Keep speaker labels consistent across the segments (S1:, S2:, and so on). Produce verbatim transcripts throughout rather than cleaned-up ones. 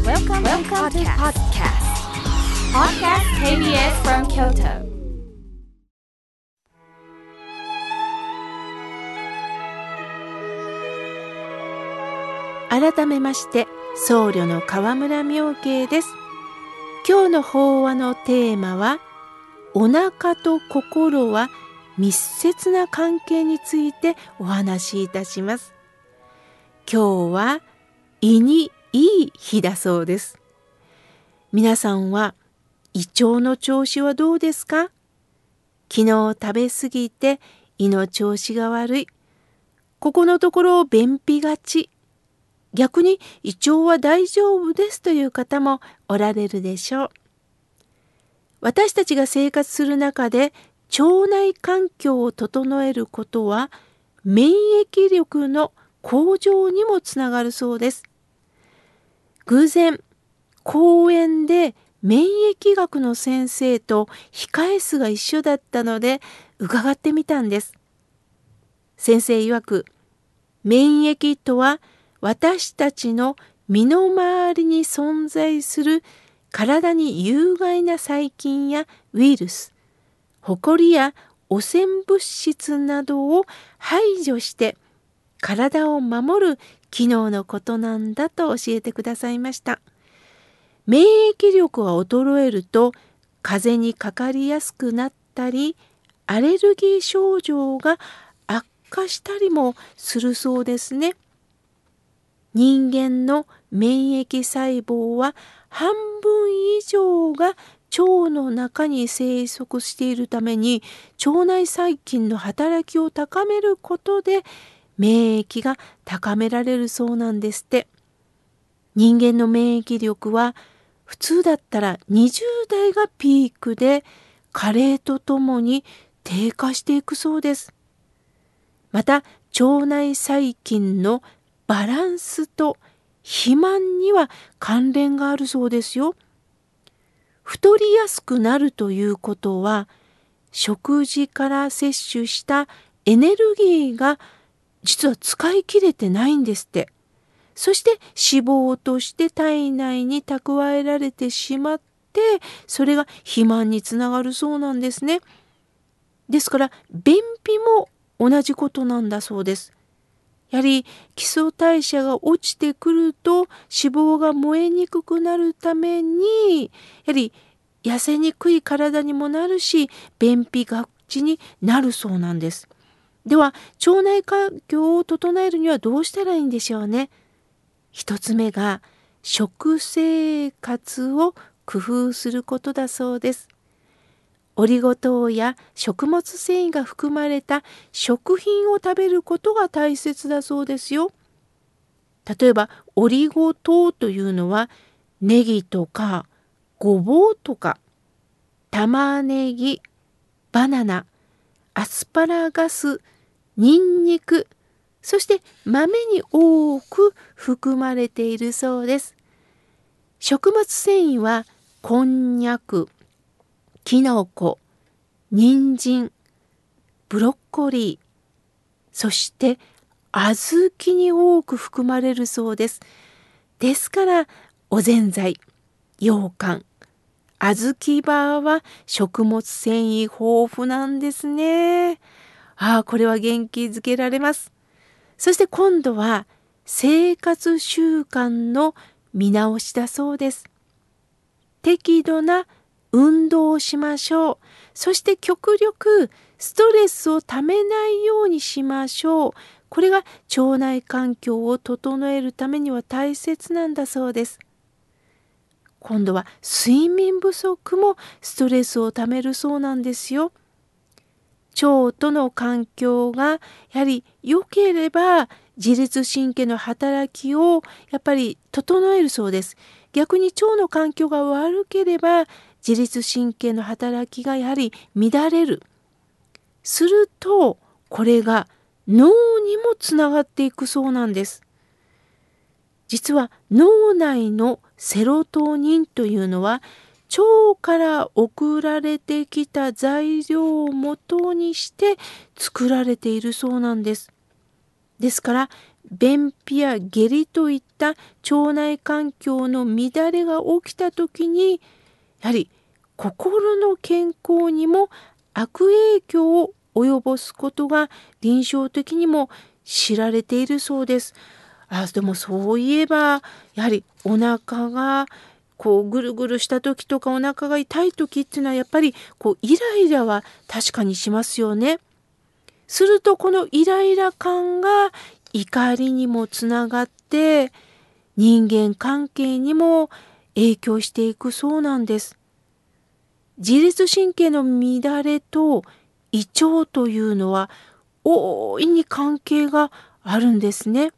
S1: Welcome, Welcome to podcast. Podcast ケービーエス from Kyoto.
S2: 改めまして僧侶の河村妙慶です。今日の法話のテーマは、お腹と心は密接な関係についてお話しいたします。今日は胃にいい日だそうです。皆さんは胃腸の調子はどうですか？昨日食べ過ぎて胃の調子が悪い。ここのところ便秘がち。逆に胃腸は大丈夫ですという方もおられるでしょう。私たちが生活する中で腸内環境を整えることは免疫力の向上にもつながるそうです。偶然講演で免疫学の先生と控え室が一緒だったので伺ってみたんです。先生曰く、免疫とは私たちの身の回りに存在する体に有害な細菌やウイルス、ホコリや汚染物質などを排除して体を守る機能のことなんだと教えてくださいました。免疫力が衰えると風邪にかかりやすくなったり、アレルギー症状が悪化したりもするそうですね。人間の免疫細胞は半分以上が腸の中に生息しているために、腸内細菌の働きを高めることで免疫が高められるそうなんですって。人間の免疫力は普通だったらにじゅう代がピークで、加齢とともに低下していくそうです。また腸内細菌のバランスと肥満には関連があるそうですよ。太りやすくなるということは、食事から摂取したエネルギーが実は使い切れてないんですって。そして脂肪として体内に蓄えられてしまって、それが肥満につながるそうなんですね。ですから便秘も同じことなんだそうです。やはり基礎代謝が落ちてくると脂肪が燃えにくくなるために、やはり痩せにくい体にもなるし、便秘がちになるそうなんです。では腸内環境を整えるにはどうしたらいいんでしょうね。一つ目が食生活を工夫することだそうです。オリゴ糖や食物繊維が含まれた食品を食べることが大切だそうですよ。例えばオリゴ糖というのはネギとかごぼうとか玉ねぎ、バナナ、アスパラガス、ニンニク、そして豆に多く含まれているそうです。食物繊維はこんにゃく、きのこ、人参、ブロッコリー、そして小豆に多く含まれるそうです。ですからおぜんざい、羊羹、小豆バーは食物繊維豊富なんですね。ああ、これは元気づけられます。そして今度は生活習慣の見直しだそうです。適度な運動をしましょう。そして極力ストレスをためないようにしましょう。これが腸内環境を整えるためには大切なんだそうです。今度は睡眠不足もストレスをためるそうなんですよ。腸との環境がやはり良ければ自律神経の働きをやっぱり整えるそうです。逆に腸の環境が悪ければ自律神経の働きがやはり乱れる。するとこれが脳にもつながっていくそうなんです。実は脳内のセロトニンというのは腸から送られてきた材料を元にして作られているそうなんです。ですから便秘や下痢といった腸内環境の乱れが起きた時に、やはり心の健康にも悪影響を及ぼすことが臨床的にも知られているそうです。あ、でもそういえばやはりお腹がこうぐるぐるした時とかお腹が痛い時っていうのはやっぱりこうイライラは確かにしますよね。するとこのイライラ感が怒りにもつながって人間関係にも影響していくそうなんです。自律神経の乱れと胃腸というのは大いに関係があるんですね。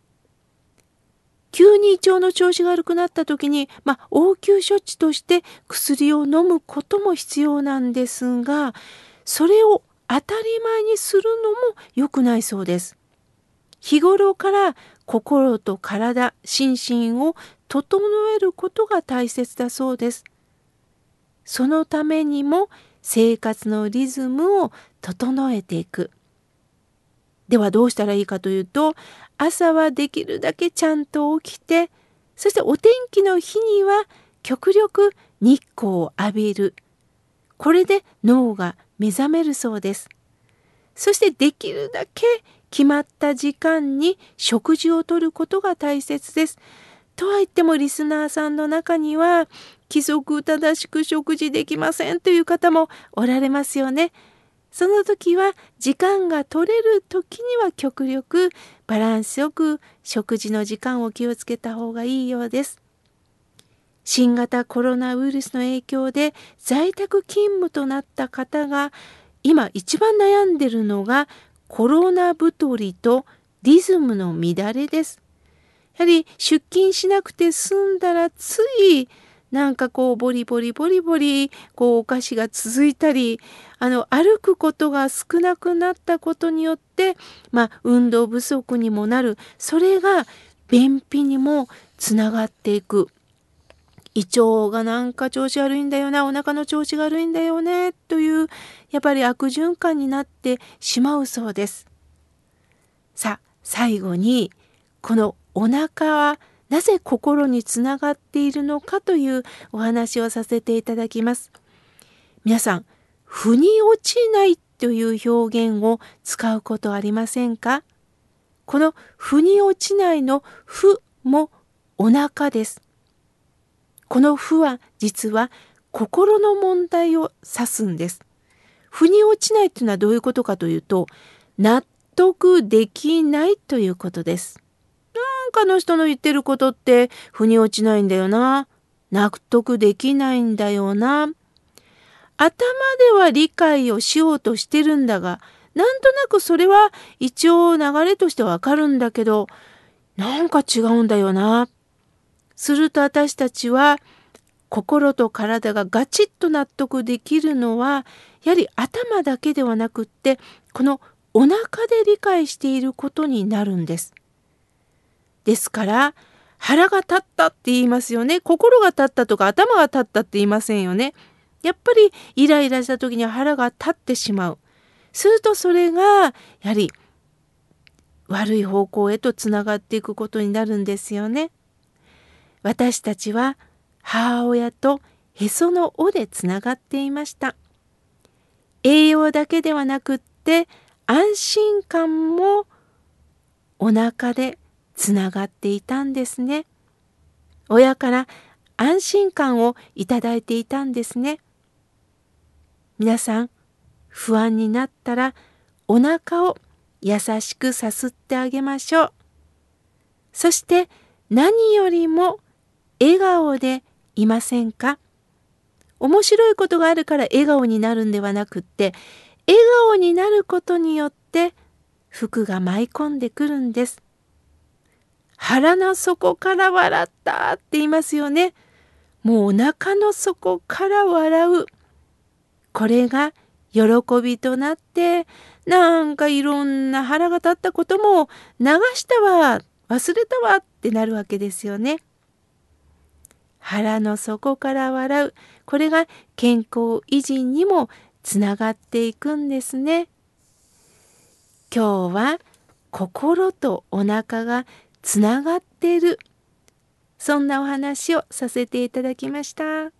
S2: 急に胃腸の調子が悪くなった時に、まあ、応急処置として薬を飲むことも必要なんですが、それを当たり前にするのも良くないそうです。日頃から心と体、心身を整えることが大切だそうです。そのためにも生活のリズムを整えていく。ではどうしたらいいかというと、朝はできるだけちゃんと起きて、そしてお天気の日には極力日光を浴びる。これで脳が目覚めるそうです。そしてできるだけ決まった時間に食事をとることが大切です。とは言ってもリスナーさんの中には規則正しく食事できませんという方もおられますよね。その時は時間が取れる時には極力バランスよく食事の時間を気をつけた方がいいようです。新型コロナウイルスの影響で在宅勤務となった方が今一番悩んでるのがコロナ太りとリズムの乱れです。やはり出勤しなくて済んだらついなんかこうボリボリボリボリこうお菓子が続いたり、あの歩くことが少なくなったことによって、まあ、運動不足にもなる。それが便秘にもつながっていく。胃腸がなんか調子悪いんだよな、お腹の調子が悪いんだよねというやっぱり悪循環になってしまうそうです。さあ最後にこのお腹はなぜ心につながっているのかというお話をさせていただきます。皆さん、腑に落ちないという表現を使うことありませんか？この腑に落ちないの腑もお腹です。この腑は実は心の問題を指すんです。腑に落ちないというのはどういうことかというと、納得できないということです。なんかの人の言ってることって腑に落ちないんだよな。納得できないんだよな。頭では理解をしようとしてるんだが、なんとなくそれは一応流れとしてわかるんだけど、なんか違うんだよな。すると私たちは心と体がガチッと納得できるのは、やはり頭だけではなくって、このお腹で理解していることになるんです。ですから腹が立ったって言いますよね。心が立ったとか頭が立ったって言いませんよね。やっぱりイライラした時には腹が立ってしまう。するとそれがやはり悪い方向へとつながっていくことになるんですよね。私たちは母親とへその緒でつながっていました。栄養だけではなくって安心感もお腹でつながっていたんですね。親から安心感をいただいていたんですね。皆さん、不安になったらお腹を優しくさすってあげましょう。そして何よりも笑顔でいませんか？面白いことがあるから笑顔になるんではなくって、笑顔になることによって福が舞い込んでくるんです。腹の底から笑ったって言いますよね。もうお腹の底から笑う。これが喜びとなって、なんかいろんな腹が立ったことも流したわ、忘れたわってなるわけですよね。腹の底から笑う。これが健康維持にもつながっていくんですね。今日は心とお腹がつながっている、そんなお話をさせていただきました。